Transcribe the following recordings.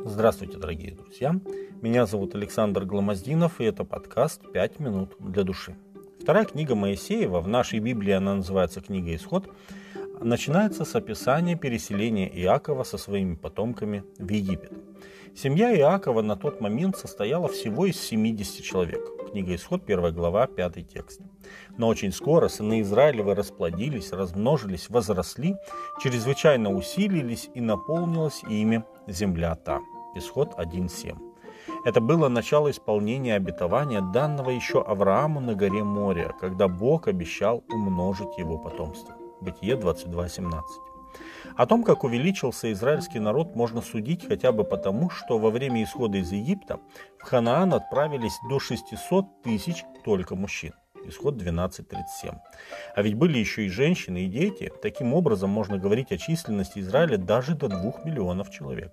Здравствуйте, дорогие друзья! Меня зовут Александр Гломоздинов, и это подкаст «5 минут для души». Вторая книга Моисеева, в нашей Библии она называется «Книга Исход», начинается с описания переселения Иакова со своими потомками в Египет. Семья Иакова на тот момент состояла всего из 70 человек. Книга Исход, 1 глава, 5 текст. Но очень скоро сыны Израилевы расплодились, размножились, возросли, чрезвычайно усилились и наполнилась ими земля та. Исход 1:7. Это было начало исполнения обетования, данного еще Аврааму на горе Мория, когда Бог обещал умножить его потомство. Бытие 22:17. О том, как увеличился израильский народ, можно судить хотя бы потому, что во время исхода из Египта в Ханаан отправились до 600 тысяч только мужчин. Исход 12:37. А ведь были еще и женщины, и дети. Таким образом, можно говорить о численности Израиля даже до 2 миллионов человек.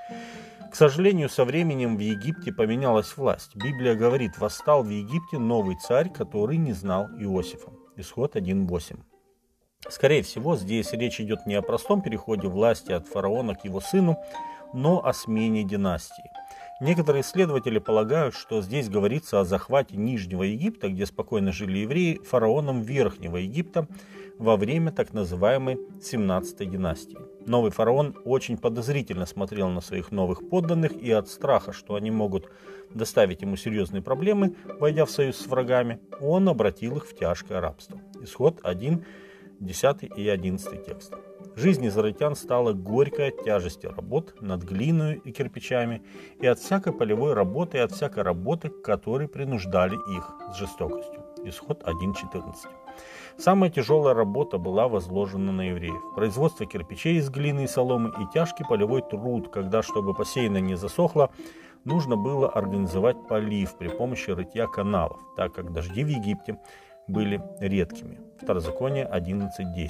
К сожалению, со временем в Египте поменялась власть. Библия говорит: «Восстал в Египте новый царь, который не знал Иосифа». Исход 1:8. Скорее всего, здесь речь идет не о простом переходе власти от фараона к его сыну, но о смене династии. Некоторые исследователи полагают, что здесь говорится о захвате Нижнего Египта, где спокойно жили евреи, фараоном Верхнего Египта во время так называемой 17-й династии. Новый фараон очень подозрительно смотрел на своих новых подданных, и от страха, что они могут доставить ему серьезные проблемы, войдя в союз с врагами, он обратил их в тяжкое рабство. Исход 1, 10 и 11 текст. Жизнь израильтян стала горькой от тяжести работ над глиной и кирпичами, и от всякой полевой работы, и от всякой работы, которые принуждали их с жестокостью. Исход 1:14. Самая тяжелая работа была возложена на евреев. Производство кирпичей из глины и соломы и тяжкий полевой труд, когда, чтобы посеянное не засохло, нужно было организовать полив при помощи рытья каналов, так как дожди в Египте были редкими. Второзаконие 11:10.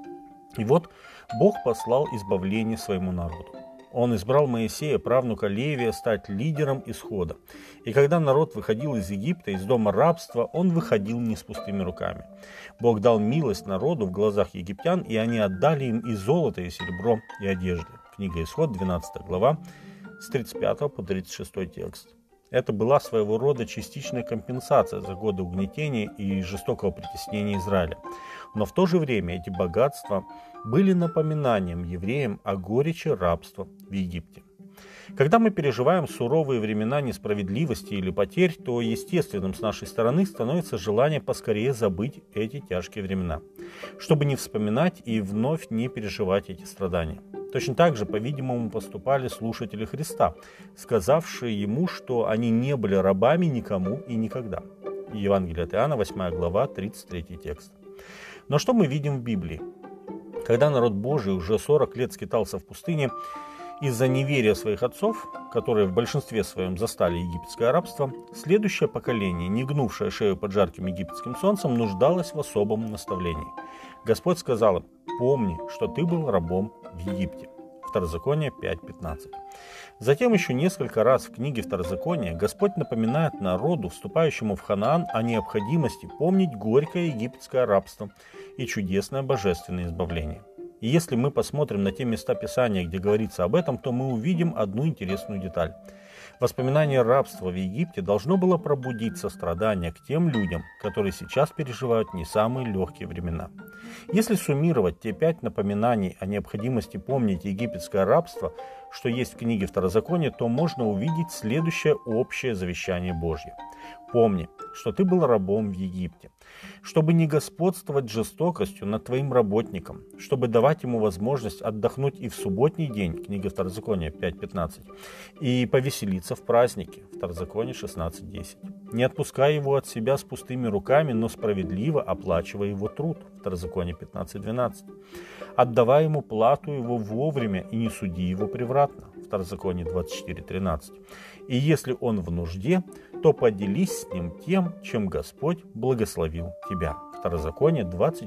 И вот Бог послал избавление своему народу. Он избрал Моисея, правнука Левия, стать лидером исхода. И когда народ выходил из Египта, из дома рабства, он выходил не с пустыми руками. Бог дал милость народу в глазах египтян, и они отдали им и золото, и серебро, и одежды. Книга Исход, 12 глава, с 35 по 36 текст. Это была своего рода частичная компенсация за годы угнетения и жестокого притеснения Израиля. Но в то же время эти богатства были напоминанием евреям о горечи рабства в Египте. Когда мы переживаем суровые времена несправедливости или потерь, то естественным с нашей стороны становится желание поскорее забыть эти тяжкие времена, чтобы не вспоминать и вновь не переживать эти страдания. Точно так же, по-видимому, поступали слушатели Христа, сказавшие ему, что они не были рабами никому и никогда. Евангелие от Иоанна, 8 глава, 33 текст. Но что мы видим в Библии? Когда народ Божий уже 40 лет скитался в пустыне, из-за неверия своих отцов, которые в большинстве своем застали египетское рабство, следующее поколение, не гнувшее шею под жарким египетским солнцем, нуждалось в особом наставлении. Господь сказал им: «Помни, что ты был рабом в Египте». Второзаконие 5:15. Затем еще несколько раз в книге Второзакония Господь напоминает народу, вступающему в Ханаан, о необходимости помнить горькое египетское рабство и чудесное божественное избавление. И если мы посмотрим на те места Писания, где говорится об этом, то мы увидим одну интересную деталь. Воспоминание рабства в Египте должно было пробудить сострадание к тем людям, которые сейчас переживают не самые легкие времена. Если суммировать те 5 напоминаний о необходимости помнить египетское рабство, что есть в книге Второзакония, то можно увидеть следующее общее завещание Божье. «Помни, что ты был рабом в Египте, чтобы не господствовать жестокостью над твоим работником, чтобы давать ему возможность отдохнуть и в субботний день», книга Второзакония 5:15, и повеселиться в празднике, Второзаконие 16:10. «Не отпускай его от себя с пустыми руками, но справедливо оплачивай его труд», Второзаконие 15:12. «Отдавай ему плату его вовремя и не суди его превратно», Второзаконие 24:13. «И если он в нужде, то поделись с ним тем, чем Господь благословил тебя». Второзаконие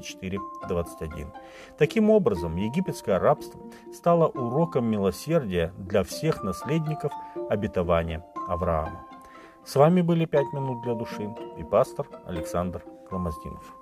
24:21. Таким образом, египетское рабство стало уроком милосердия для всех наследников обетования Авраама. С вами были 5 минут для души и пастор Александр Гломоздинов.